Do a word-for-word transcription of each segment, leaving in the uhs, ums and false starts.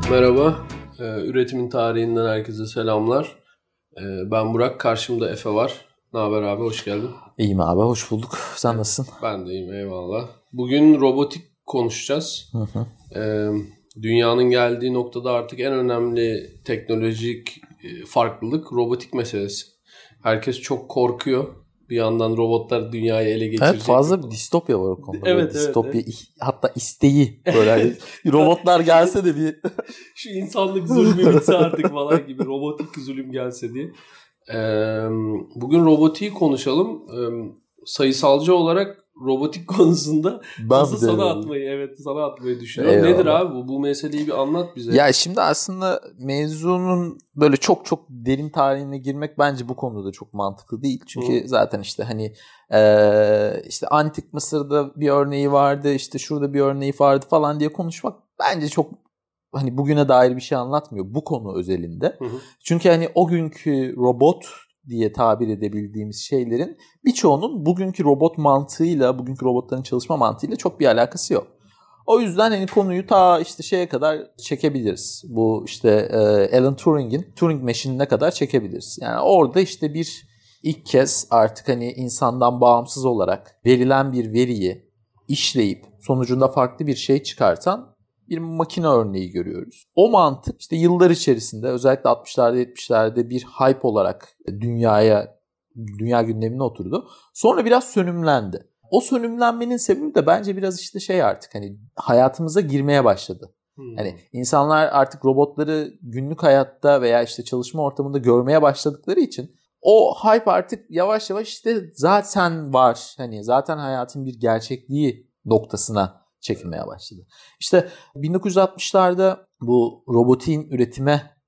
Merhaba, ee, üretimin tarihinden herkese selamlar. Ee, ben Burak, karşımda Efe var. Ne haber abi, hoş geldin. İyiyim abi, hoş bulduk. Sen nasılsın? Ben de iyiyim, eyvallah. Bugün robotik konuşacağız. Hı hı. Ee, dünyanın geldiği noktada artık en önemli teknolojik e, farklılık robotik meselesi. Herkes çok korkuyor. Bir yandan robotlar dünyayı ele geçirecek. Evet, fazla bir distopya var o konuda. Evet, böyle evet, distopya, evet. hatta isteği böyle hani robotlar gelse de bir şu insanlık zulmü bitse artık falan gibi, robotik zulüm gelse diye. Ee, bugün robotiği konuşalım. Ee, sayısalcı olarak robotik konusunda ben nasıl bir de sana yani. atmayı, evet sana atmayı düşünüyorum. Eyvallah. Nedir abi bu? Bu meseleyi bir anlat bize. Ya şimdi aslında mevzunun böyle çok çok derin tarihine girmek bence bu konuda da çok mantıklı değil. Çünkü Hı. zaten işte hani e, işte Antik Mısır'da bir örneği vardı, işte şurada bir örneği vardı falan diye konuşmak bence çok hani bugüne dair bir şey anlatmıyor bu konu özelinde. Hı hı. Çünkü hani o günkü robot diye tabir edebildiğimiz şeylerin birçoğunun bugünkü robot mantığıyla, bugünkü robotların çalışma mantığıyla çok bir alakası yok. O yüzden hani konuyu ta işte şeye kadar çekebiliriz. Bu işte e, Alan Turing'in Turing Machine'ine kadar çekebiliriz. Yani orada işte bir ilk kez artık hani insandan bağımsız olarak verilen bir veriyi işleyip sonucunda farklı bir şey çıkartan bir makine örneği görüyoruz. O mantık işte yıllar içerisinde özellikle altmışlarda yetmişlerde bir hype olarak dünyaya dünya gündemine oturdu. Sonra biraz sönümlendi. O sönümlenmenin sebebi de bence biraz işte şey artık hani hayatımıza girmeye başladı. Hmm. Hani insanlar artık robotları günlük hayatta veya işte çalışma ortamında görmeye başladıkları için o hype artık yavaş yavaş işte zaten var. Hani zaten hayatın bir gerçekliği noktasına çekilmeye başladı. İşte bin dokuz yüz altmışlarda bu robotiğin üretime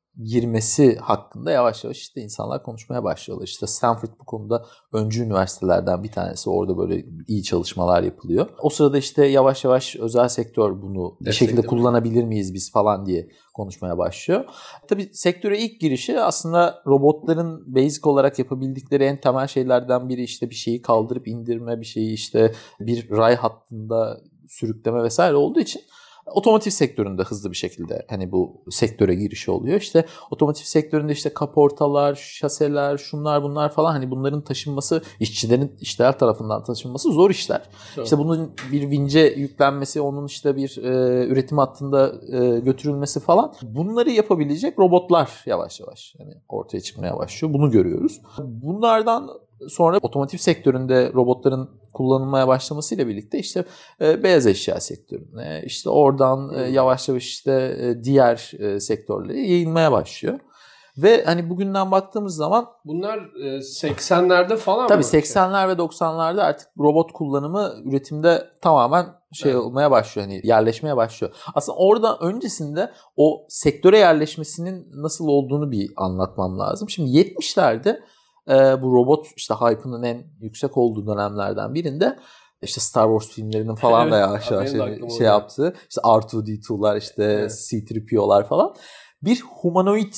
girmesi hakkında yavaş yavaş işte insanlar konuşmaya başlıyorlar. İşte Stanford bu konuda öncü üniversitelerden bir tanesi. Orada böyle iyi çalışmalar yapılıyor. O sırada işte yavaş yavaş özel sektör bunu bir şekilde kullanabilir miyiz biz falan diye konuşmaya başlıyor. Tabii sektöre ilk girişi aslında robotların basic olarak yapabildikleri en temel şeylerden biri işte bir şeyi kaldırıp indirme, bir şeyi işte bir ray hattında sürükleme vesaire olduğu için otomotiv sektöründe hızlı bir şekilde hani bu sektöre girişi oluyor. İşte otomotiv sektöründe işte kaportalar, şaseler, şunlar bunlar falan hani bunların taşınması, işçilerin işler tarafından taşınması zor işler. Evet. İşte bunun bir vince yüklenmesi, onun işte bir e, üretim hattında e, götürülmesi falan. Bunları yapabilecek robotlar yavaş yavaş yani ortaya çıkmaya başlıyor. Bunu görüyoruz. Bunlardan sonra otomotiv sektöründe robotların kullanılmaya başlamasıyla birlikte işte e, beyaz eşya sektörüne, işte oradan e, yavaş yavaş işte e, diğer e, sektörlere yayılmaya başlıyor. Ve hani bugünden baktığımız zaman bunlar e, seksenlerde falan tabii mı? seksenler ve doksanlarda artık robot kullanımı üretimde tamamen şey evet. olmaya başlıyor. Hani yerleşmeye başlıyor. Aslında orada öncesinde o sektöre yerleşmesinin nasıl olduğunu bir anlatmam lazım. Şimdi yetmişlerde e, bu robot işte hype'ının en yüksek olduğu dönemlerden birinde işte Star Wars filmlerinin falan da yavaş yavaş yani şey yaptığı işte R iki D iki'lar işte evet. C üç P O'lar falan bir humanoid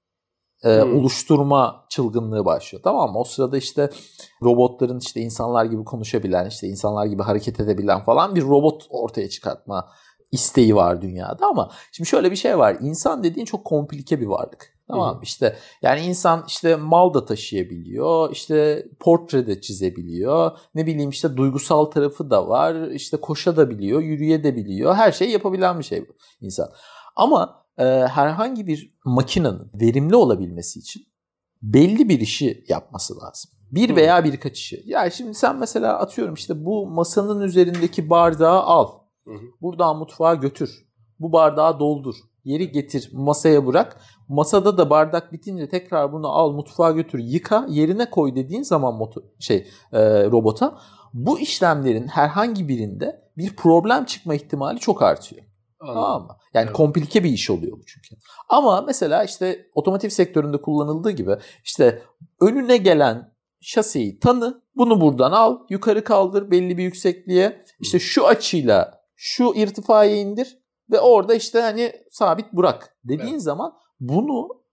e, hmm. oluşturma çılgınlığı başlıyor. Tamam mı? O sırada işte robotların işte insanlar gibi konuşabilen, işte insanlar gibi hareket edebilen falan bir robot ortaya çıkartma isteği var dünyada ama şimdi şöyle bir şey var. İnsan dediğin çok komplike bir varlık. Tamam mı? İşte yani insan işte mal da taşıyabiliyor, işte portre de çizebiliyor, ne bileyim işte duygusal tarafı da var, işte koşabiliyor, yürüyebiliyor, her şeyi yapabilen bir şey bu insan. Ama e, herhangi bir makinenin verimli olabilmesi için belli bir işi yapması lazım. Bir veya birkaç işi. Yani şimdi sen mesela atıyorum işte bu masanın üzerindeki bardağı al. Buradan mutfağa götür. Bu bardağı doldur. Yeri getir, masaya bırak. Masada da bardak bitince tekrar bunu al, mutfağa götür, yıka, yerine koy dediğin zaman motor, şey e, robota bu işlemlerin herhangi birinde bir problem çıkma ihtimali çok artıyor. Anladım. Tamam mı? Yani evet. komplike bir iş oluyor bu çünkü. Ama mesela işte otomotiv sektöründe kullanıldığı gibi işte önüne gelen şasiyi tanı, bunu buradan al, yukarı kaldır belli bir yüksekliğe. İşte şu açıyla şu irtifaya indir ve orada işte hani sabit bırak dediğin evet. zaman bunu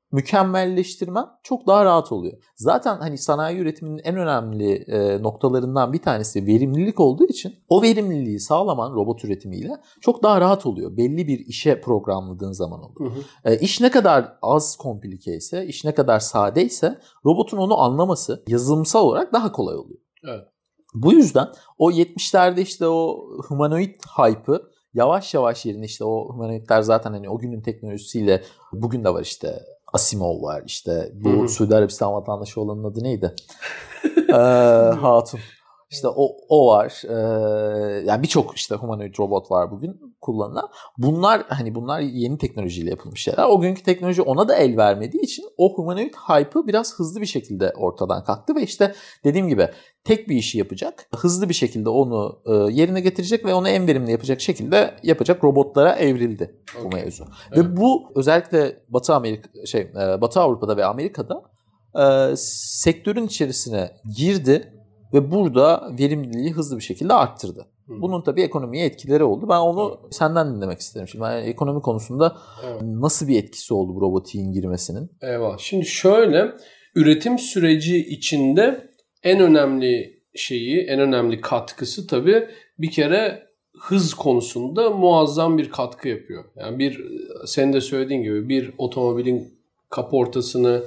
mükemmelleştirmen çok daha rahat oluyor. Zaten hani sanayi üretiminin en önemli e, noktalarından bir tanesi verimlilik olduğu için o verimliliği sağlaman robot üretimiyle çok daha rahat oluyor. Belli bir işe programladığın zaman oluyor. Hı hı. E, iş ne kadar az komplike ise, iş ne kadar sade ise robotun onu anlaması yazılımsal olarak daha kolay oluyor. Evet. Bu yüzden o yetmişlerde işte o humanoid hype'ı yavaş yavaş yerine işte o humanoidler zaten hani o günün teknolojisiyle bugün de var işte Asimov var işte bu Hı-hı. Suudi Arabistan vatandaşı olanın adı neydi? ee, Hatun. İşte o o var. Ee, yani birçok işte humanoid robot var bugün kullanılan. Bunlar hani bunlar yeni teknolojiyle yapılmış şeyler. O günkü teknoloji ona da el vermediği için o humanoid hype'ı biraz hızlı bir şekilde ortadan kalktı ve işte dediğim gibi tek bir işi yapacak. Hızlı bir şekilde onu e, yerine getirecek ve onu en verimli yapacak şekilde yapacak robotlara evrildi okay. bu mevzu. Evet. Ve bu özellikle Batı Amerika şey e, Batı Avrupa'da ve Amerika'da e, sektörün içerisine girdi. Ve burada verimliliği hızlı bir şekilde arttırdı. Hmm. Bunun tabii ekonomiye etkileri oldu. Ben onu evet. senden dinlemek isterim. Şimdi yani ekonomi konusunda evet. nasıl bir etkisi oldu bu robotiğin girmesinin? Eyvallah. Şimdi şöyle, üretim süreci içinde en önemli şeyi, en önemli katkısı tabii bir kere hız konusunda muazzam bir katkı yapıyor. Yani bir, senin de söylediğin gibi bir otomobilin kaportasını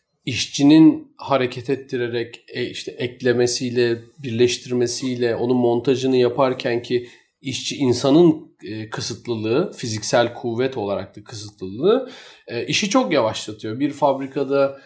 İşçinin hareket ettirerek işte eklemesiyle, birleştirmesiyle, onun montajını yaparken ki işçi insanın kısıtlılığı, fiziksel kuvvet olarak da kısıtlılığı işi çok yavaşlatıyor. Bir fabrikada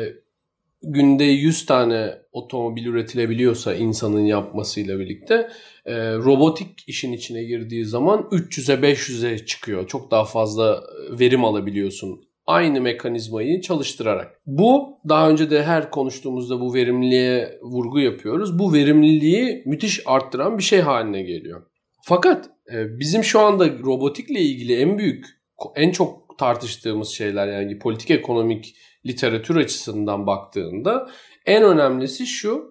günde yüz tane otomobil üretilebiliyorsa insanın yapmasıyla birlikte robotik işin içine girdiği zaman üç yüze beş yüze çıkıyor. Çok daha fazla verim alabiliyorsun. Aynı mekanizmayı çalıştırarak. Bu daha önce de her konuştuğumuzda bu verimliliğe vurgu yapıyoruz. Bu verimliliği müthiş arttıran bir şey haline geliyor. Fakat bizim şu anda robotikle ilgili en büyük, en çok tartıştığımız şeyler yani politik ekonomik literatür açısından baktığında en önemlisi şu: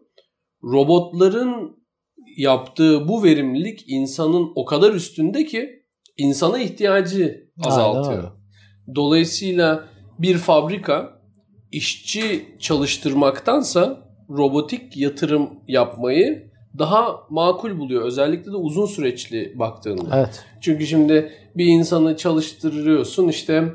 robotların yaptığı bu verimlilik insanın o kadar üstünde ki insana ihtiyacı azaltıyor. Aynen. Dolayısıyla bir fabrika işçi çalıştırmaktansa robotik yatırım yapmayı daha makul buluyor. Özellikle de uzun süreçli baktığında. Evet. Çünkü şimdi bir insanı çalıştırıyorsun işte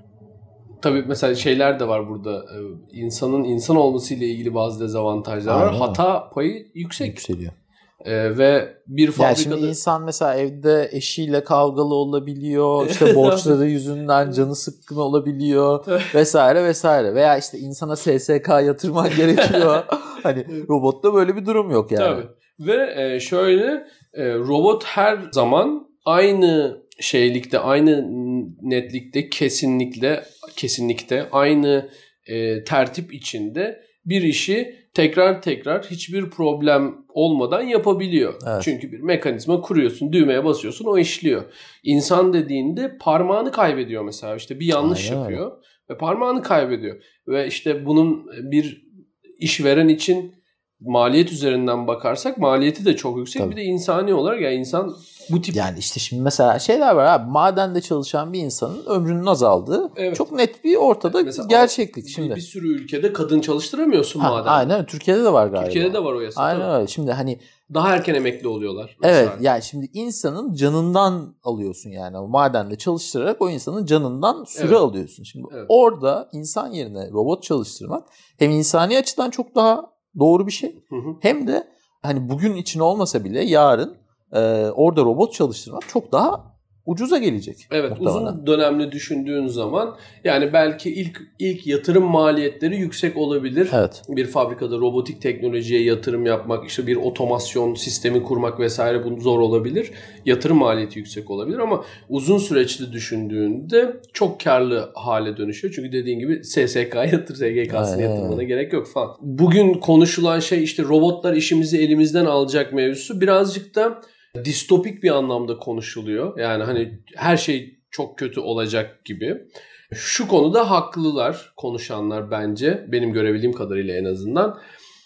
tabii mesela şeyler de var burada. İnsanın insan olmasıyla ilgili bazı dezavantajlar var. Hata payı yüksek. Yükseliyor. Ee, ve bir fabrikada... Yani şimdi insan mesela evde eşiyle kavgalı olabiliyor, işte borçları yüzünden canı sıkkın olabiliyor vesaire vesaire. Veya işte insana S S K yatırman gerekiyor. Hani robotta böyle bir durum yok yani. Tabii. Ve şöyle robot her zaman aynı şeylikte, aynı netlikte, kesinlikle kesinlikle aynı e, tertip içinde bir işi tekrar tekrar hiçbir problem olmadan yapabiliyor. Evet. Çünkü bir mekanizma kuruyorsun, düğmeye basıyorsun, o işliyor. İnsan dediğinde parmağını kaybediyor mesela. İşte bir yanlış Aynen. yapıyor ve parmağını kaybediyor. Ve işte bunun bir işveren için maliyet üzerinden bakarsak maliyeti de çok yüksek. Tabii. Bir de insani olarak ya insan bu tip... Yani işte şimdi mesela şeyler var abi. Madende çalışan bir insanın ömrünün azaldığı evet. çok net bir ortada mesela gerçeklik. Bir, şimdi. Bir sürü ülkede kadın çalıştıramıyorsun ha, madende. Aynen Türkiye'de de var galiba. Türkiye'de de var o yasak. Aynen öyle. Şimdi hani daha erken emekli oluyorlar. Evet mesela. Yani şimdi insanın canından alıyorsun yani. O madende çalıştırarak o insanın canından süre evet. alıyorsun. Şimdi evet. orada insan yerine robot çalıştırmak hem insani açıdan çok daha doğru bir şey. Hı hı. Hem de hani bugün için olmasa bile yarın e, orada robot çalıştırmak çok daha ucuza gelecek. Evet, uzun dönemli düşündüğün zaman yani belki ilk ilk yatırım maliyetleri yüksek olabilir. Evet. Bir fabrikada robotik teknolojiye yatırım yapmak, işte bir otomasyon sistemi kurmak vesaire bu zor olabilir. Yatırım maliyeti yüksek olabilir ama uzun süreçli düşündüğünde çok karlı hale dönüşüyor. Çünkü dediğin gibi S S K yatır, S G K'sını yatırmana gerek yok falan. Bugün konuşulan şey işte robotlar işimizi elimizden alacak mevzusu birazcık da distopik bir anlamda konuşuluyor. Yani hani her şey çok kötü olacak gibi. Şu konuda haklılar konuşanlar bence. Benim görebildiğim kadarıyla en azından.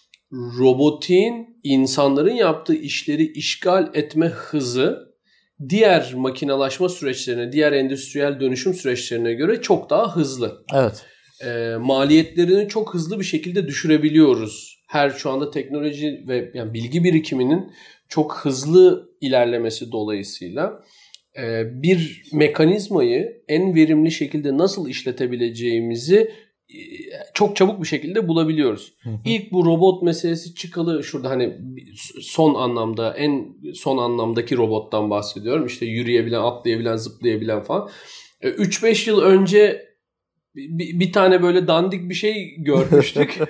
Robotin insanların yaptığı işleri işgal etme hızı diğer makinalaşma süreçlerine, diğer endüstriyel dönüşüm süreçlerine göre çok daha hızlı. Evet. e, maliyetlerini çok hızlı bir şekilde düşürebiliyoruz. Her şu anda teknoloji ve yani bilgi birikiminin çok hızlı ilerlemesi dolayısıyla e, bir mekanizmayı en verimli şekilde nasıl işletebileceğimizi e, çok çabuk bir şekilde bulabiliyoruz. Hı hı. İlk bu robot meselesi çıkalı şurada hani son anlamda en son anlamdaki robottan bahsediyorum. İşte yürüyebilen, atlayabilen, zıplayabilan falan. E, üç beş yıl önce Bir, bir tane böyle dandik bir şey görmüştük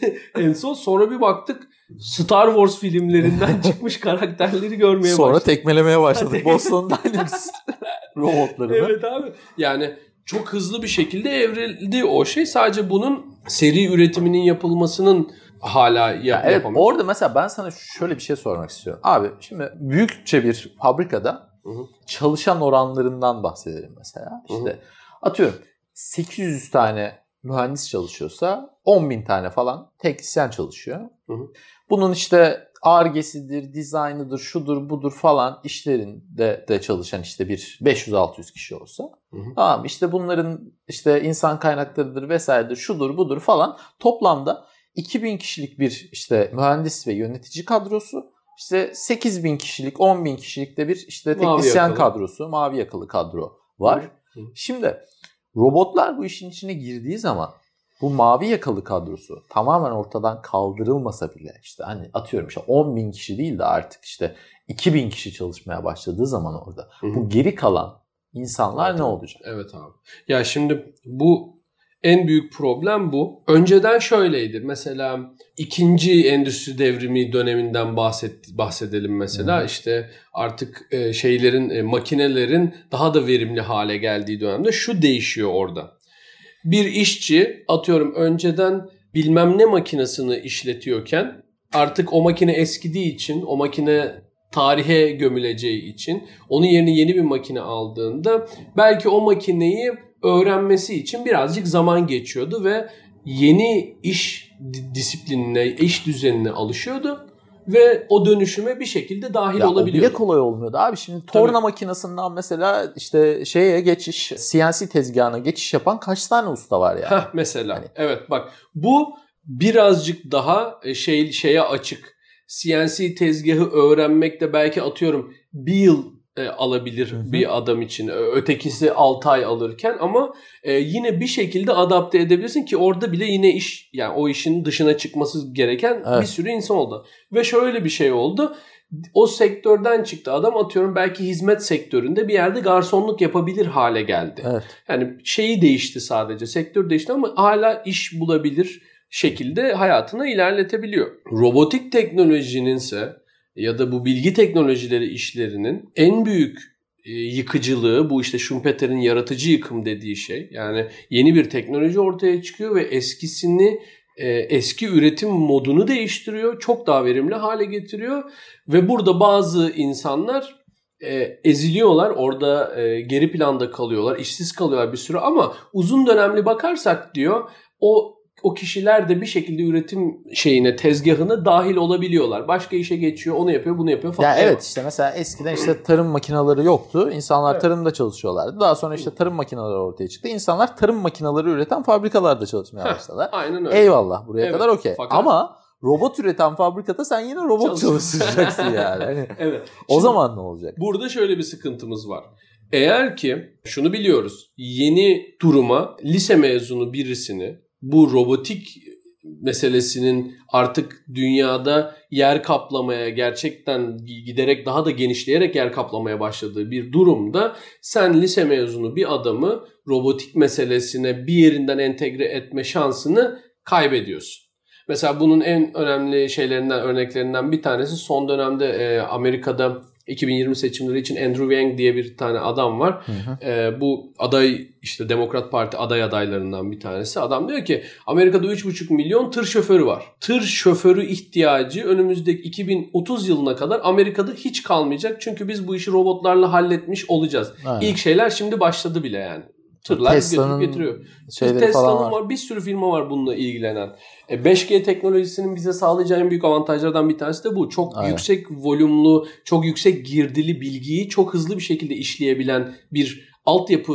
en son. Sonra bir baktık Star Wars filmlerinden çıkmış karakterleri görmeye Sonra başladık. Sonra tekmelemeye başladık Boston Dynamics robotlarını. Evet abi. Yani çok hızlı bir şekilde evrildi o şey. Sadece bunun seri üretiminin yapılmasının hala yap- ya evet, yapamıyor. Orada mesela ben sana şöyle bir şey sormak istiyorum. Abi şimdi büyükçe bir fabrikada Hı-hı. çalışan oranlarından bahsedelim mesela. İşte Hı-hı. atıyorum sekiz yüz tane mühendis çalışıyorsa on bin tane falan teknisyen çalışıyor. Hı hı. Bunun işte Ar-Ge'sidir, dizaynıdır, şudur budur falan işlerinde de çalışan işte bir beş yüz altı yüz kişi olsa. Hı hı. Tamam işte bunların işte insan kaynaklarıdır vesairedir, şudur budur falan toplamda iki bin kişilik bir işte mühendis ve yönetici kadrosu, işte sekiz bin kişilik, on bin kişilik de bir işte teknisyen kadrosu, mavi yakalı kadro var. Hı hı. Şimdi robotlar bu işin içine girdiği zaman bu mavi yakalı kadrosu tamamen ortadan kaldırılmasa bile işte hani atıyorum işte on bin kişi değil de artık işte iki bin kişi çalışmaya başladığı zaman orada Hı-hı. bu geri kalan insanlar evet, ne olacak? Evet abi. Ya şimdi bu en büyük problem bu. Önceden şöyleydi. Mesela ikinci endüstri devrimi döneminden bahset, bahsedelim mesela. Hı. İşte artık e, şeylerin, e, makinelerin daha da verimli hale geldiği dönemde şu değişiyor orada. Bir işçi atıyorum önceden bilmem ne makinesini işletiyorken artık o makine eskidiği için, o makine tarihe gömüleceği için onun yerine yeni bir makine aldığında belki o makineyi öğrenmesi için birazcık zaman geçiyordu ve yeni iş disiplinine, iş düzenine alışıyordu ve o dönüşüme bir şekilde dahil ya olabiliyordu. O bile kolay olmuyordu abi. Şimdi torna Tabii. makinesinden mesela işte şeye geçiş, C N C tezgahına geçiş yapan kaç tane usta var yani? Heh, mesela. Yani. Evet bak bu birazcık daha şey şeye açık. C N C tezgahı öğrenmekte belki atıyorum bir yıl e, alabilir Hı-hı. bir adam için. Ötekisi altı ay alırken ama e, yine bir şekilde adapte edebilirsin ki orada bile yine iş yani o işin dışına çıkması gereken evet. bir sürü insan oldu. Ve şöyle bir şey oldu. O sektörden çıktı adam atıyorum belki hizmet sektöründe bir yerde garsonluk yapabilir hale geldi. Evet. Yani şeyi değişti sadece sektör değişti ama hala iş bulabilir şekilde hayatını ilerletebiliyor. Robotik teknolojinin ise ya da bu bilgi teknolojileri işlerinin en büyük e, yıkıcılığı bu işte Schumpeter'in yaratıcı yıkım dediği şey. Yani yeni bir teknoloji ortaya çıkıyor ve eskisini e, eski üretim modunu değiştiriyor. Çok daha verimli hale getiriyor ve burada bazı insanlar e, eziliyorlar. Orada e, geri planda kalıyorlar. İşsiz kalıyorlar bir süre ama uzun dönemli bakarsak diyor o O kişiler de bir şekilde üretim şeyine, tezgahına dahil olabiliyorlar. Başka işe geçiyor, onu yapıyor, bunu yapıyor falan. Ya evet işte mesela eskiden işte tarım makineleri yoktu. İnsanlar evet. tarımda çalışıyorlardı. Daha sonra işte tarım makineleri ortaya çıktı. İnsanlar tarım makineleri üreten fabrikalarda çalışmaya başladılar. Aynen öyle. Eyvallah buraya evet. kadar okey. Fakat... Ama robot üreten fabrikada sen yine robot çalıştıracaksın yani. Hani evet. O Şimdi, zaman ne olacak? Burada şöyle bir sıkıntımız var. Eğer ki şunu biliyoruz. Yeni duruma lise mezunu birisini bu robotik meselesinin artık dünyada yer kaplamaya gerçekten giderek daha da genişleyerek yer kaplamaya başladığı bir durumda sen lise mezunu bir adamı robotik meselesine bir yerinden entegre etme şansını kaybediyorsun. Mesela bunun en önemli şeylerinden, örneklerinden bir tanesi son dönemde e, Amerika'da iki bin yirmi seçimleri için Andrew Yang diye bir tane adam var. Hı hı. E, bu aday işte Demokrat Parti aday adaylarından bir tanesi. Adam diyor ki Amerika'da üç buçuk milyon tır şoförü var. Tır şoförü ihtiyacı önümüzdeki iki bin otuz yılına kadar Amerika'da hiç kalmayacak. Çünkü biz bu işi robotlarla halletmiş olacağız. Aynen. İlk şeyler şimdi başladı bile yani. Tırlar götürüp getiriyor. Tesla'nın var. var. Bir sürü firma var bununla ilgilenen. E, beş G teknolojisinin bize sağlayacağı en büyük avantajlardan bir tanesi de bu. Çok Aynen. yüksek volümlü, çok yüksek girdili bilgiyi çok hızlı bir şekilde işleyebilen bir altyapı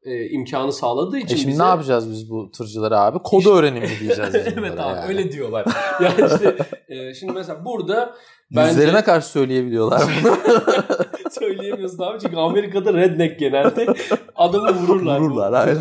e, imkanı sağladığı için e şimdi bize... ne yapacağız biz bu tırcılara abi? Kodu öğrenim mi diyeceğiz biz bunlara? Evet abi yani. Öyle diyorlar. Yani işte e, şimdi mesela burada bence... Yüzlerine karşı söyleyebiliyorlar bunu. Söyleyemiyorsun abi çünkü Amerika'da redneck genelde adamı vururlar. Vururlar aynen.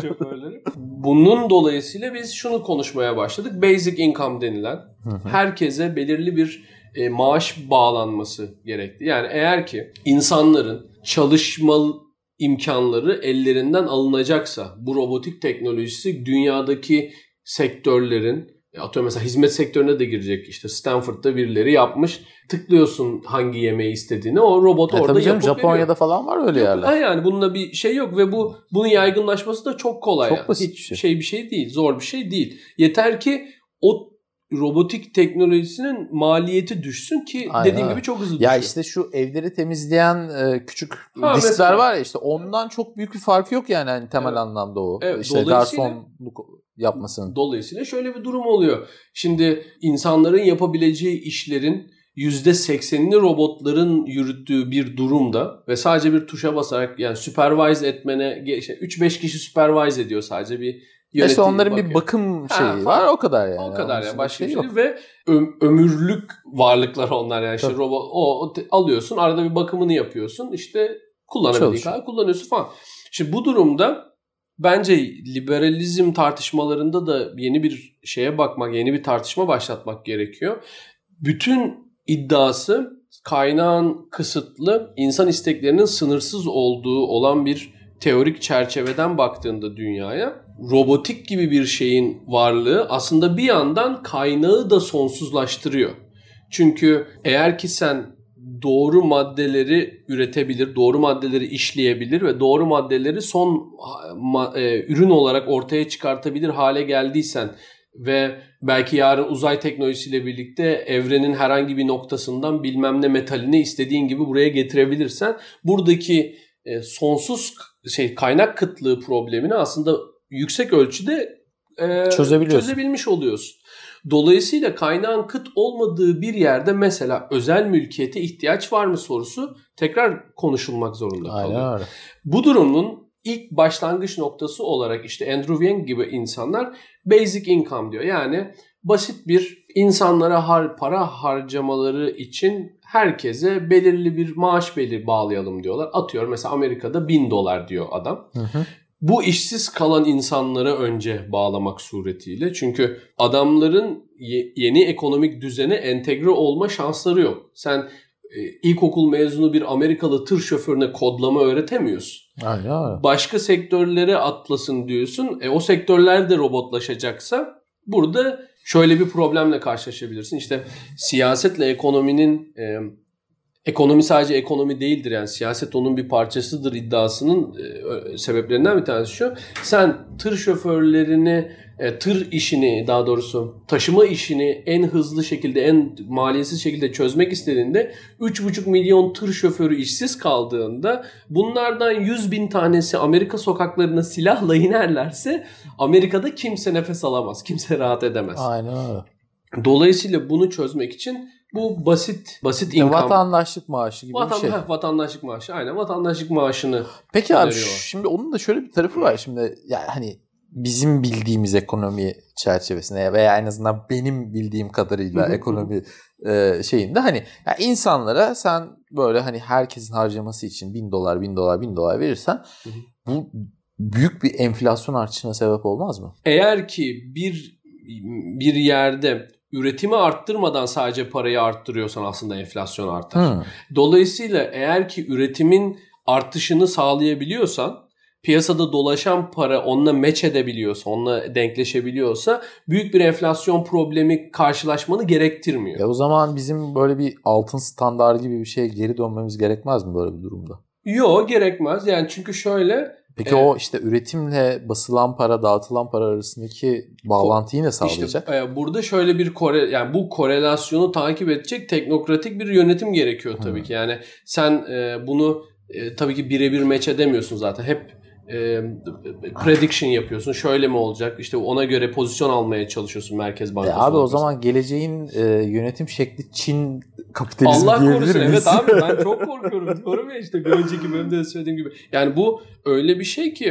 Bunun dolayısıyla biz şunu konuşmaya başladık. Basic income denilen herkese belirli bir e, maaş bağlanması gerekti. Yani eğer ki insanların çalışma imkanları ellerinden alınacaksa bu robotik teknolojisi dünyadaki sektörlerin, atıyorum mesela hizmet sektörüne de girecek. İşte Stanford'da birileri yapmış. Tıklıyorsun hangi yemeği istediğini. O robot e, orada tabii canım, yapıp Japonya'da veriyor. falan var öyle yok, yerler. Yani bununla bir şey yok ve bu bunun yaygınlaşması da çok kolay. Çok yani. basit Hiç bir şey. şey bir şey değil. Zor bir şey değil. Yeter ki o robotik teknolojisinin maliyeti düşsün ki aynen, dediğim aynen. gibi çok hızlı ya düşüyor. işte şu evleri temizleyen e, küçük Ha, diskler mesela. var ya işte ondan çok büyük bir farkı yok yani hani temel Evet. anlamda o. Evet, işte dolayısıyla- garsonluk yapmasının. Dolayısıyla şöyle bir durum oluyor. Şimdi insanların yapabileceği işlerin yüzde seksenini robotların yürüttüğü bir durumda ve sadece bir tuşa basarak yani supervise etmene işte üç beş kişi supervise ediyor sadece bir yönetici İşte onların bakıyor. bir bakım şeyi Ha, var o kadar yani. O kadar Onun yani başka şey bir yok. şey değil ve ö- ömürlük varlıklar onlar yani işte Tabii. robot o, o te- alıyorsun arada bir bakımını yapıyorsun işte kullanabildiğin Çalışıyor. kadar kullanıyorsun falan. Şimdi bu durumda bence liberalizm tartışmalarında da yeni bir şeye bakmak, yeni bir tartışma başlatmak gerekiyor. Bütün iddiası kaynağın kısıtlı, insan isteklerinin sınırsız olduğu olan bir teorik çerçeveden baktığında dünyaya, robotik gibi bir şeyin varlığı aslında bir yandan kaynağı da sonsuzlaştırıyor. Çünkü eğer ki sen doğru maddeleri üretebilir, doğru maddeleri işleyebilir ve doğru maddeleri son ma- e, ürün olarak ortaya çıkartabilir hale geldiysen ve belki yarın uzay teknolojisiyle birlikte evrenin herhangi bir noktasından bilmem ne metalini istediğin gibi buraya getirebilirsen buradaki e, sonsuz şey kaynak kıtlığı problemini aslında yüksek ölçüde e, çözebilmiş oluyorsun. Dolayısıyla kaynağın kıt olmadığı bir yerde mesela özel mülkiyete ihtiyaç var mı sorusu tekrar konuşulmak zorunda kalıyor. Aynen öyle. Bu durumun ilk başlangıç noktası olarak işte Andrew Yang gibi insanlar basic income diyor. Yani basit bir insanlara har, para harcamaları için herkese belirli bir maaş belli bağlayalım diyorlar. Atıyor mesela Amerika'da bin dolar diyor adam. Hı hı. Bu işsiz kalan insanlara önce bağlamak suretiyle. Çünkü adamların ye- yeni ekonomik düzene entegre olma şansları yok. Sen e, ilkokul mezunu bir Amerikalı tır şoförüne kodlama öğretemiyorsun. Aynen. Başka sektörlere atlasın diyorsun. E, o sektörler de robotlaşacaksa burada şöyle bir problemle karşılaşabilirsin. İşte siyasetle ekonominin... E, Ekonomi sadece ekonomi değildir yani siyaset onun bir parçasıdır iddiasının e, sebeplerinden bir tanesi şu. Sen tır şoförlerini, e, tır işini daha doğrusu taşıma işini en hızlı şekilde, en maliyetsiz şekilde çözmek istediğinde üç buçuk milyon tır şoförü işsiz kaldığında bunlardan yüz bin tanesi Amerika sokaklarına silahla inerlerse Amerika'da kimse nefes alamaz, kimse rahat edemez. Aynen öyle. Dolayısıyla bunu çözmek için bu basit basit income. Vatandaşlık maaşı gibi Vatan, bir şey. Heh, vatandaşlık maaşı. Aynen vatandaşlık maaşını Peki abi öneriyorlar. şimdi onun da şöyle bir tarafı var. Şimdi yani hani bizim bildiğimiz ekonomi çerçevesinde veya en azından benim bildiğim kadarıyla ekonomi e, şeyinde hani yani insanlara sen böyle hani herkesin harcaması için bin dolar bin dolar bin dolar verirsen bu büyük bir enflasyon artışına sebep olmaz mı? Eğer ki bir bir yerde üretimi arttırmadan sadece parayı arttırıyorsan aslında enflasyon artar. Hmm. Dolayısıyla eğer ki üretimin artışını sağlayabiliyorsan, piyasada dolaşan para onunla meç edebiliyorsa, onunla denkleşebiliyorsa büyük bir enflasyon problemi karşılaşmanı gerektirmiyor. E o zaman bizim böyle bir altın standart gibi bir şeye geri dönmemiz gerekmez mi böyle bir durumda? Yok, gerekmez. Yani çünkü şöyle... Peki e, o işte üretimle basılan para, dağıtılan para arasındaki bağlantıyı ne sağlayacak? İşte e, burada şöyle bir kore, yani bu korelasyonu takip edecek teknokratik bir yönetim gerekiyor tabii hmm. ki. Yani sen e, bunu e, tabii ki birebir meç edemiyorsun zaten. Hep e, prediction yapıyorsun. Şöyle mi olacak? İşte ona göre pozisyon almaya çalışıyorsun Merkez Bankası. E abi o zaman geleceğin e, yönetim şekli Çin kapitalizmi Allah diyebilir korusun. miyiz? Evet abi ben çok korkuyorum diyorum ya işte bir önceki bölümde de söylediğim gibi. Yani bu öyle bir şey ki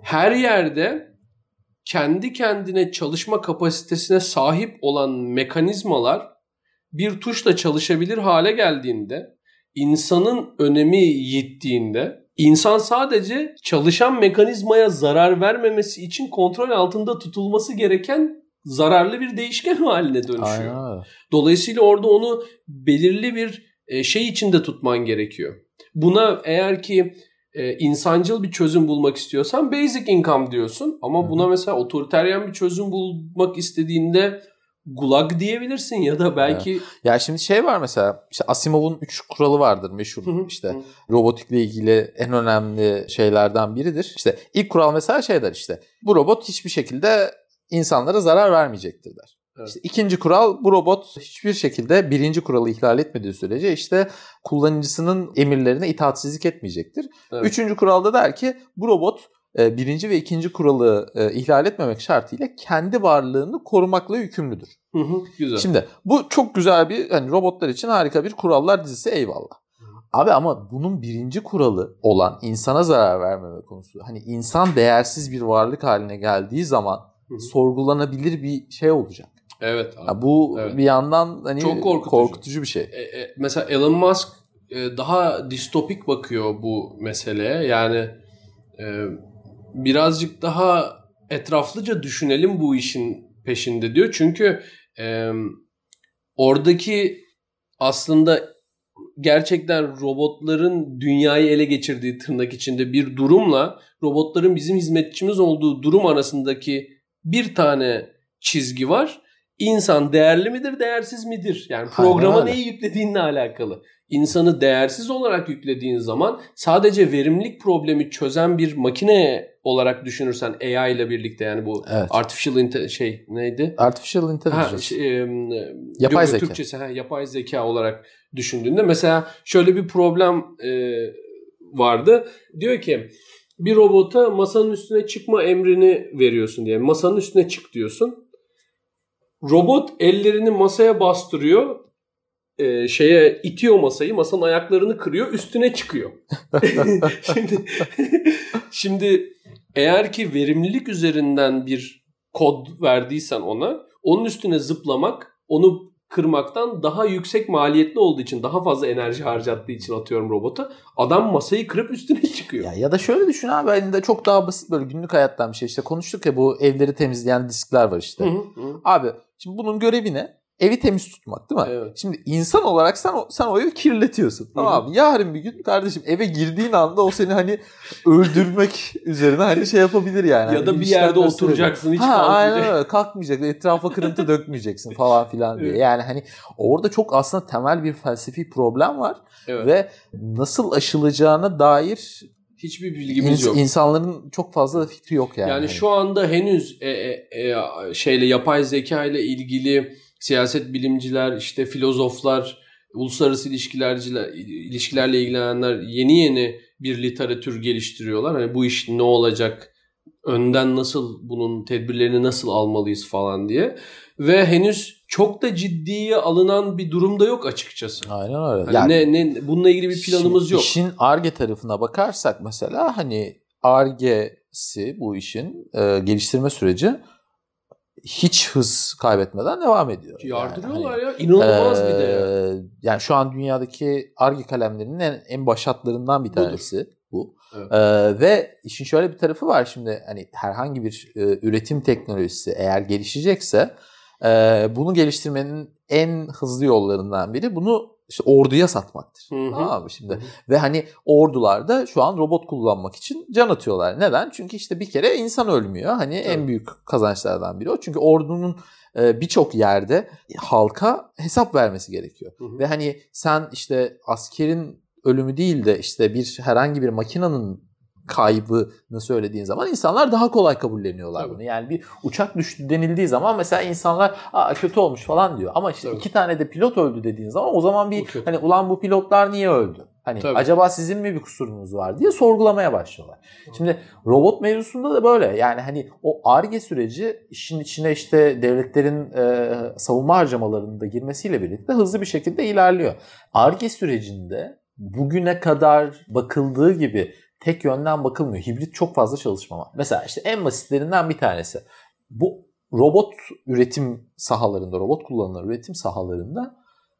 her yerde kendi kendine çalışma kapasitesine sahip olan mekanizmalar bir tuşla çalışabilir hale geldiğinde, insanın önemi yittiğinde, insan sadece çalışan mekanizmaya zarar vermemesi için kontrol altında tutulması gereken zararlı bir değişken haline dönüşüyor. Aynen. Dolayısıyla orada onu belirli bir şey içinde tutman gerekiyor. Buna eğer ki e, insancıl bir çözüm bulmak istiyorsan basic income diyorsun. Ama buna mesela otoriteryen bir çözüm bulmak istediğinde gulag diyebilirsin ya da belki... Evet. Ya şimdi şey var mesela, işte Asimov'un üç kuralı vardır meşhur. Hı hı. İşte robotikle ilgili en önemli şeylerden biridir. İşte ilk kural mesela şey der, işte bu robot hiçbir şekilde insanlara zarar vermeyecektir der. Evet. İşte ikinci kural, bu robot hiçbir şekilde birinci kuralı ihlal etmediği sürece işte kullanıcısının emirlerine itaatsizlik etmeyecektir. Evet. Üçüncü kuralda der ki bu robot birinci ve ikinci kuralı ihlal etmemek şartıyla kendi varlığını korumakla yükümlüdür. Hı hı, güzel. Şimdi bu çok güzel bir, hani robotlar için harika bir kurallar dizisi, eyvallah. Hı. Abi ama bunun birinci kuralı olan insana zarar vermeme konusu. Hani insan değersiz bir varlık haline geldiği zaman hı hı. sorgulanabilir bir şey olacak. Evet abi. Ya bu evet. bir yandan hani çok korkutucu, korkutucu bir şey. E, e, mesela Elon Musk e, daha distopik bakıyor bu meseleye. Yani e, birazcık daha etraflıca düşünelim bu işin peşinde diyor. Çünkü e, oradaki aslında gerçekten robotların dünyayı ele geçirdiği tırnak içinde bir durumla robotların bizim hizmetçimiz olduğu durum arasındaki bir tane çizgi var. İnsan değerli midir, değersiz midir? Yani programa neyi yüklediğinle alakalı. İnsanı değersiz olarak yüklediğin zaman sadece verimlilik problemi çözen bir makine olarak düşünürsen A I ile birlikte, yani bu evet. artificial inte- şey neydi? Artificial intelligence. Ha, şey, e, yapay zeka. Türkçesi ha, yapay zeka olarak düşündüğünde mesela şöyle bir problem e, vardı. Diyor ki bir robota masanın üstüne çıkma emrini veriyorsun diye. Masanın üstüne çık diyorsun. Robot ellerini masaya bastırıyor. E, şeye itiyor masayı. Masanın ayaklarını kırıyor. Üstüne çıkıyor. şimdi, şimdi eğer ki verimlilik üzerinden bir kod verdiysen ona, onun üstüne zıplamak onu kırmaktan daha yüksek maliyetli olduğu için, daha fazla enerji harcattığı için atıyorum robota, adam masayı kırıp üstüne çıkıyor. Ya, ya da şöyle düşün abi, elinde çok daha basit böyle günlük hayattan bir şey. İşte konuştuk ya, bu evleri temizleyen diskler var işte. Hı hı, hı. Abi şimdi bunun görevi ne? Evi temiz tutmak, değil mi? Evet. Şimdi insan olarak sen o, sen o evi kirletiyorsun. Hı-hı. Tamam mı? Yarın bir gün kardeşim eve girdiğin anda o seni hani öldürmek üzerine hani şey yapabilir yani. Ya hani da bir yerde oturacaksın, hiç ha, kalkmayacak. Aynen öyle, kalkmayacak. Etrafa kırıntı dökmeyeceksin falan filan diye. Evet. Yani hani orada çok aslında temel bir felsefi problem var. Evet. Ve nasıl aşılacağına dair hiçbir bilgimiz ins- yok. İnsanların çok fazla da fikri yok yani. Yani şu anda henüz e, e, e, şeyle yapay zeka ile ilgili siyaset bilimciler, işte filozoflar, uluslararası ilişkilerciler, ilişkilerle ilgilenenler yeni yeni bir literatür geliştiriyorlar. Hani bu iş ne olacak, önden nasıl, bunun tedbirlerini nasıl almalıyız falan diye. Ve henüz çok da ciddiye alınan bir durumda yok açıkçası. Aynen öyle. Hani yani, ne, ne, bununla ilgili bir planımız yok. İşin Ar-Ge tarafına bakarsak mesela, hani Ar-Ge'si bu işin e, geliştirme süreci hiç hız kaybetmeden devam ediyor. Yardırıyorlar yani, hani, ya. İnanılmaz e, bir de ya. Yani şu an dünyadaki Ar-Ge kalemlerinin en, en başatlarından bir tanesi. Budur. Bu. Evet. Ee, ve işin şöyle bir tarafı var şimdi, hani herhangi bir e, üretim teknolojisi eğer gelişecekse e, bunu geliştirmenin en hızlı yollarından biri bunu işte orduya satmaktır. Hı hı. Tamam mı şimdi? Hı hı. Ve hani ordular da şu an robot kullanmak için can atıyorlar. Neden? Çünkü işte bir kere insan ölmüyor. Hani evet. En büyük kazançlardan biri o. Çünkü ordunun e, birçok yerde halka hesap vermesi gerekiyor. Hı hı. Ve hani sen işte askerin ölümü değil de işte bir herhangi bir makinenin kaybını söylediğin zaman insanlar daha kolay kabulleniyorlar Tabii. bunu. Yani bir uçak düştü denildiği zaman mesela insanlar aa kötü olmuş falan diyor. Ama işte Tabii. iki tane de pilot öldü dediğin zaman o zaman bir hani ulan bu pilotlar niye öldü? Hani Tabii. acaba sizin mi bir kusurunuz var diye sorgulamaya başlıyorlar. Hı. Şimdi robot mevzusunda da böyle. Yani hani o Ar-Ge süreci işin içine işte devletlerin e, savunma harcamalarının da girmesiyle birlikte hızlı bir şekilde ilerliyor. Ar-Ge sürecinde bugüne kadar bakıldığı gibi tek yönden bakılmıyor. Hibrit çok fazla çalışma var. Mesela işte en basitlerinden bir tanesi. Bu robot üretim sahalarında, robot kullanılan üretim sahalarında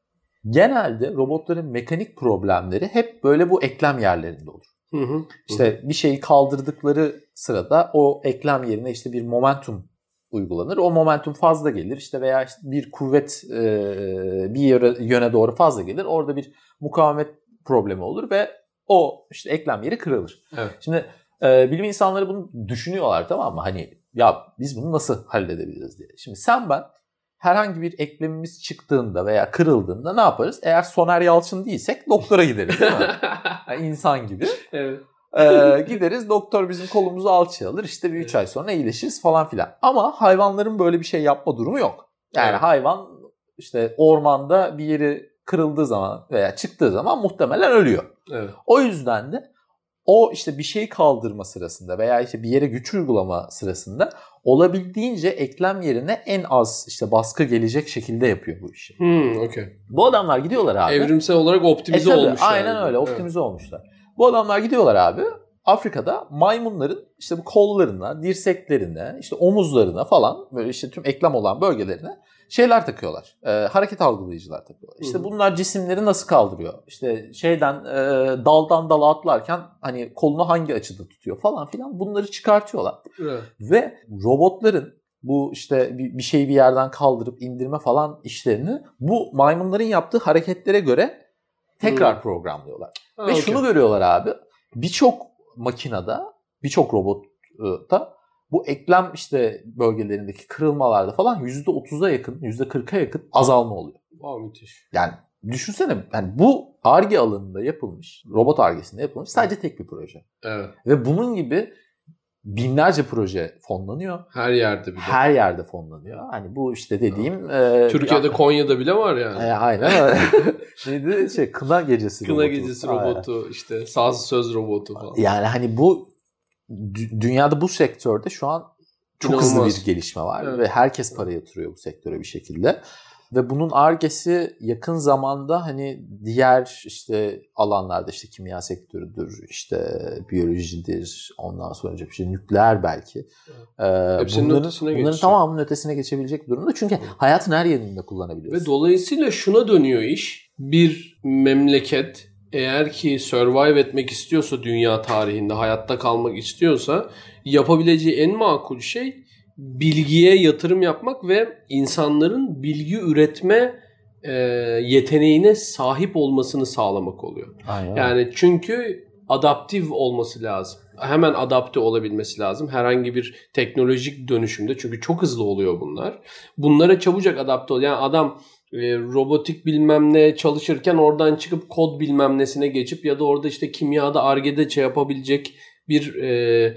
genelde robotların mekanik problemleri hep böyle bu eklem yerlerinde olur. Hı hı. İşte bir şeyi kaldırdıkları sırada o eklem yerine işte bir momentum uygulanır. O momentum fazla gelir işte veya işte bir kuvvet e, bir yöne, yöne doğru fazla gelir. Orada bir mukavemet problemi olur ve o işte eklem yeri kırılır. Evet. Şimdi e, bilim insanları bunu düşünüyorlar, tamam mı? Hani ya biz bunu nasıl halledebiliriz diye. Şimdi sen ben herhangi bir eklemimiz çıktığında veya kırıldığında ne yaparız? Eğer Soner Yalçın değilsek doktora gideriz, değil mi? Yani insan gibi. Evet. Ee, gideriz, doktor bizim kolumuzu alçıya alır, işte bir üç evet. ay sonra iyileşiriz falan filan. Ama hayvanların böyle bir şey yapma durumu yok. Yani evet. hayvan işte ormanda bir yeri kırıldığı zaman veya çıktığı zaman muhtemelen ölüyor. Evet. O yüzden de o işte bir şeyi kaldırma sırasında veya işte bir yere güç uygulama sırasında olabildiğince eklem yerine en az işte baskı gelecek şekilde yapıyor bu işi. Hmm, okay. Bu adamlar gidiyorlar abi. Evrimsel olarak optimize e, olmuşlar. Aynen yani. öyle optimize evet. olmuşlar. Bu adamlar gidiyorlar abi. Afrika'da maymunların işte bu kollarına, dirseklerine, işte omuzlarına falan böyle işte tüm eklem olan bölgelerine şeyler takıyorlar. E, hareket algılayıcılar takıyorlar. İşte Hı-hı. bunlar cisimleri nasıl kaldırıyor? İşte şeyden e, daldan dala atlarken hani kolunu hangi açıda tutuyor falan filan bunları çıkartıyorlar. Evet. Ve robotların bu işte bir, bir şeyi bir yerden kaldırıp indirme falan işlerini bu maymunların yaptığı hareketlere göre tekrar Hı-hı. programlıyorlar. Ha, Ve okay. şunu görüyorlar abi. Birçok makinede, birçok robotta bu eklem işte bölgelerindeki kırılmalarda falan yüzde otuza yakın, yüzde kırka yakın azalma oluyor. Wow, müthiş. Yani düşünsene, yani bu Ar-Ge alanında yapılmış, robot Ar-Ge'sinde yapılmış sadece tek bir proje. Evet. Ve bunun gibi binlerce proje fonlanıyor. Her yerde bir de. Her yerde fonlanıyor. Hani bu işte dediğim... E, Türkiye'de, bir, Konya'da bile var yani. E, aynen öyle. Neydi? Şey, Kına Gecesi Kına robotu. Kına Gecesi robotu, aynen. işte saz söz robotu falan. Yani hani bu dünyada bu sektörde şu an çok İnanılmaz. hızlı bir gelişme var. Evet. Ve herkes para yatırıyor bu sektöre bir şekilde. Ve bunun Ar-Ge'si yakın zamanda hani diğer işte alanlarda işte kimya sektörüdür, işte biyolojidir, ondan sonra bir şey nükleer belki. Evet. Ee, Hepsinin bunların, ötesine bunların tamamının ötesine geçebilecek bir durumda. Çünkü evet. hayatın her yerinde kullanabiliyorsun. Ve dolayısıyla şuna dönüyor iş. Bir memleket eğer ki survive etmek istiyorsa dünya tarihinde, hayatta kalmak istiyorsa yapabileceği en makul şey bilgiye yatırım yapmak ve insanların bilgi üretme e, yeteneğine sahip olmasını sağlamak oluyor. Aynen. Yani çünkü adaptif olması lazım. Hemen adapte olabilmesi lazım. Herhangi bir teknolojik dönüşümde. Çünkü çok hızlı oluyor bunlar. Bunlara çabucak adapte oluyor. Yani adam e, robotik bilmem ne çalışırken oradan çıkıp kod bilmem nesine geçip ya da orada işte kimyada Ar-Ge'de şey yapabilecek bir e,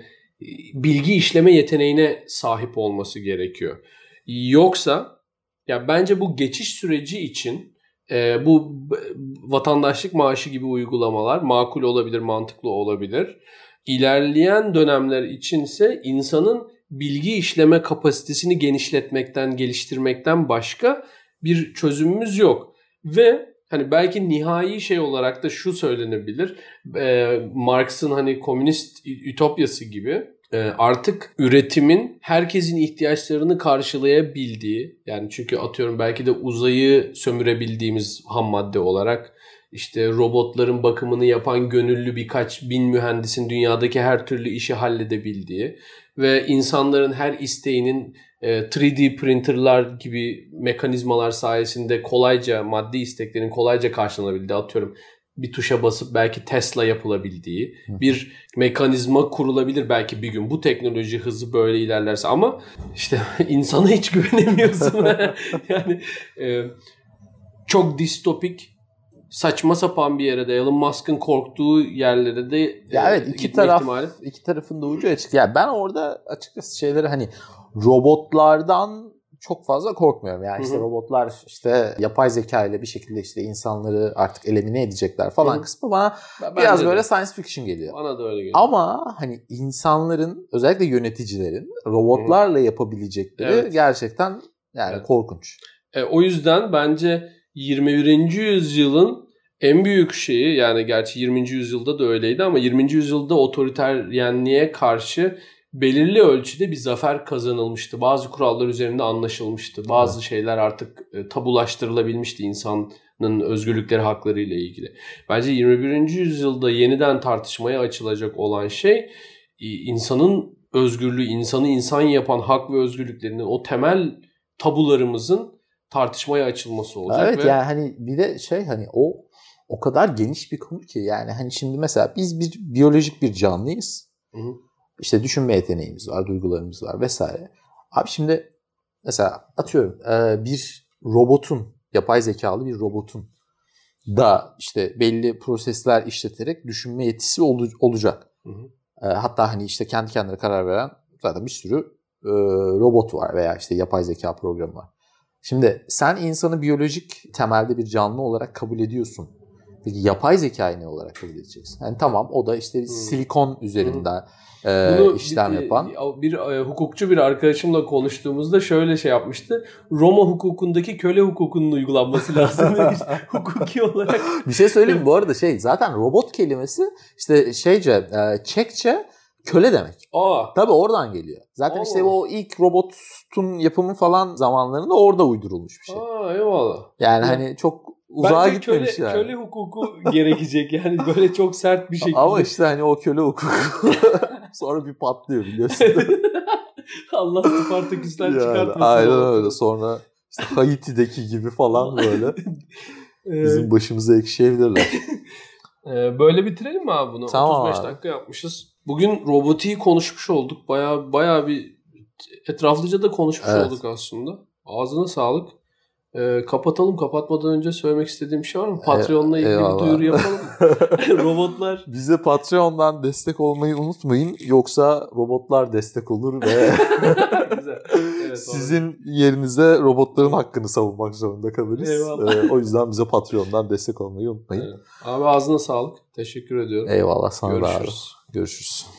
bilgi işleme yeteneğine sahip olması gerekiyor. Yoksa ya bence bu geçiş süreci için e, bu vatandaşlık maaşı gibi uygulamalar makul olabilir, mantıklı olabilir. İlerleyen dönemler içinse insanın bilgi işleme kapasitesini genişletmekten, geliştirmekten başka bir çözümümüz yok. Ve hani belki nihai şey olarak da şu söylenebilir. E, Marx'ın hani komünist ütopyası gibi e, artık üretimin herkesin ihtiyaçlarını karşılayabildiği, yani çünkü atıyorum belki de uzayı sömürebildiğimiz ham madde olarak işte robotların bakımını yapan gönüllü birkaç bin mühendisin dünyadaki her türlü işi halledebildiği ve insanların her isteğinin üç D printerlar gibi mekanizmalar sayesinde kolayca maddi isteklerin kolayca karşılanabildiği, atıyorum bir tuşa basıp belki Tesla yapılabildiği bir mekanizma kurulabilir belki bir gün. Bu teknoloji hızı böyle ilerlerse ama işte insana hiç güvenemiyorsun. Yani e, çok distopik, saçma sapan bir yere de Elon Musk'ın korktuğu yerlere de ya evet, iki taraf ihtimali. iki tarafın da ucu açık. Ya ben orada açıkçası şeyleri hani robotlardan çok fazla korkmuyorum. Yani işte Hı-hı. robotlar işte yapay zeka ile bir şekilde işte insanları artık elimine edecekler falan Hı-hı. kısmı bana ben biraz böyle de. science fiction geliyor. Bana da öyle geliyor. Ama hani insanların, özellikle yöneticilerin robotlarla Hı-hı. yapabilecekleri evet. gerçekten yani evet. korkunç. E, o yüzden bence yirmi birinci yüzyılın en büyük şeyi, yani gerçi yirminci yüzyılda da öyleydi ama yirminci yüzyılda otoriteryenliğe karşı belirli ölçüde bir zafer kazanılmıştı. Bazı kurallar üzerinde anlaşılmıştı. Bazı evet. şeyler artık tabulaştırılabilmişti insanın özgürlükleri, hakları ile ilgili. Bence yirmi birinci yüzyılda yeniden tartışmaya açılacak olan şey insanın özgürlüğü, insanı insan yapan hak ve özgürlüklerinin, o temel tabularımızın tartışmaya açılması olacak. Evet ve... yani hani bir de şey hani o o kadar geniş bir konu ki yani hani şimdi mesela biz bir biyolojik bir canlıyız. Hı hı. İşte düşünme yeteneğimiz var, duygularımız var vesaire. Abi şimdi mesela atıyorum bir robotun, yapay zekalı bir robotun da işte belli prosesler işleterek düşünme yetisi ol- olacak. Hı hı. Hatta hani işte kendi kendine karar veren zaten bir sürü e, robot var veya işte yapay zeka programı var. Şimdi sen insanı biyolojik temelde bir canlı olarak kabul ediyorsun. Peki yapay zekayı ne olarak kabul edeceksin? Yani tamam o da işte hmm. silikon üzerinden hmm. e, işlem bir, yapan. Bir, bir e, hukukçu bir arkadaşımla konuştuğumuzda şöyle şey yapmıştı. Roma hukukundaki köle hukukunun uygulanması lazım. Hukuki olarak. Bir şey söyleyeyim mi? Bu arada şey zaten robot kelimesi işte şeyce e, Çekçe köle demek. Aa. Tabii oradan geliyor. Zaten Aa. işte o ilk robotun yapımı falan zamanlarında orada uydurulmuş bir şey. Aa, eyvallah. Yani ya. hani çok uzağa Bence gitmemiş köle, yani. köle hukuku gerekecek yani böyle çok sert bir şekilde. Ama işte hani o köle hukuku sonra bir patlıyor biliyorsun. Allah Spartaküs'ten yani, çıkartmasın. Aynen öyle. Sonra işte Haiti'deki gibi falan böyle bizim başımıza ekşiyebilirler. Böyle bitirelim mi abi bunu? Tamam otuz beş abi. dakika yapmışız. Bugün robotiği konuşmuş olduk. Baya baya bir etraflıca da konuşmuş evet. olduk aslında. Ağzına sağlık. Ee, kapatalım. Kapatmadan önce söylemek istediğim bir şey var mı? Patreon'la ilgili Eyvallah. bir duyuru yapalım mı? Robotlar. Bize Patreon'dan destek olmayı unutmayın. Yoksa robotlar destek olur ve Güzel. Evet, sizin doğru. yerinize robotların hakkını savunmak zorunda kalırız. Ee, o yüzden bize Patreon'dan destek olmayı unutmayın. Evet. Abi ağzına sağlık. Teşekkür ediyorum. Eyvallah sana Görüşürüz. da abi. Görüşürüz.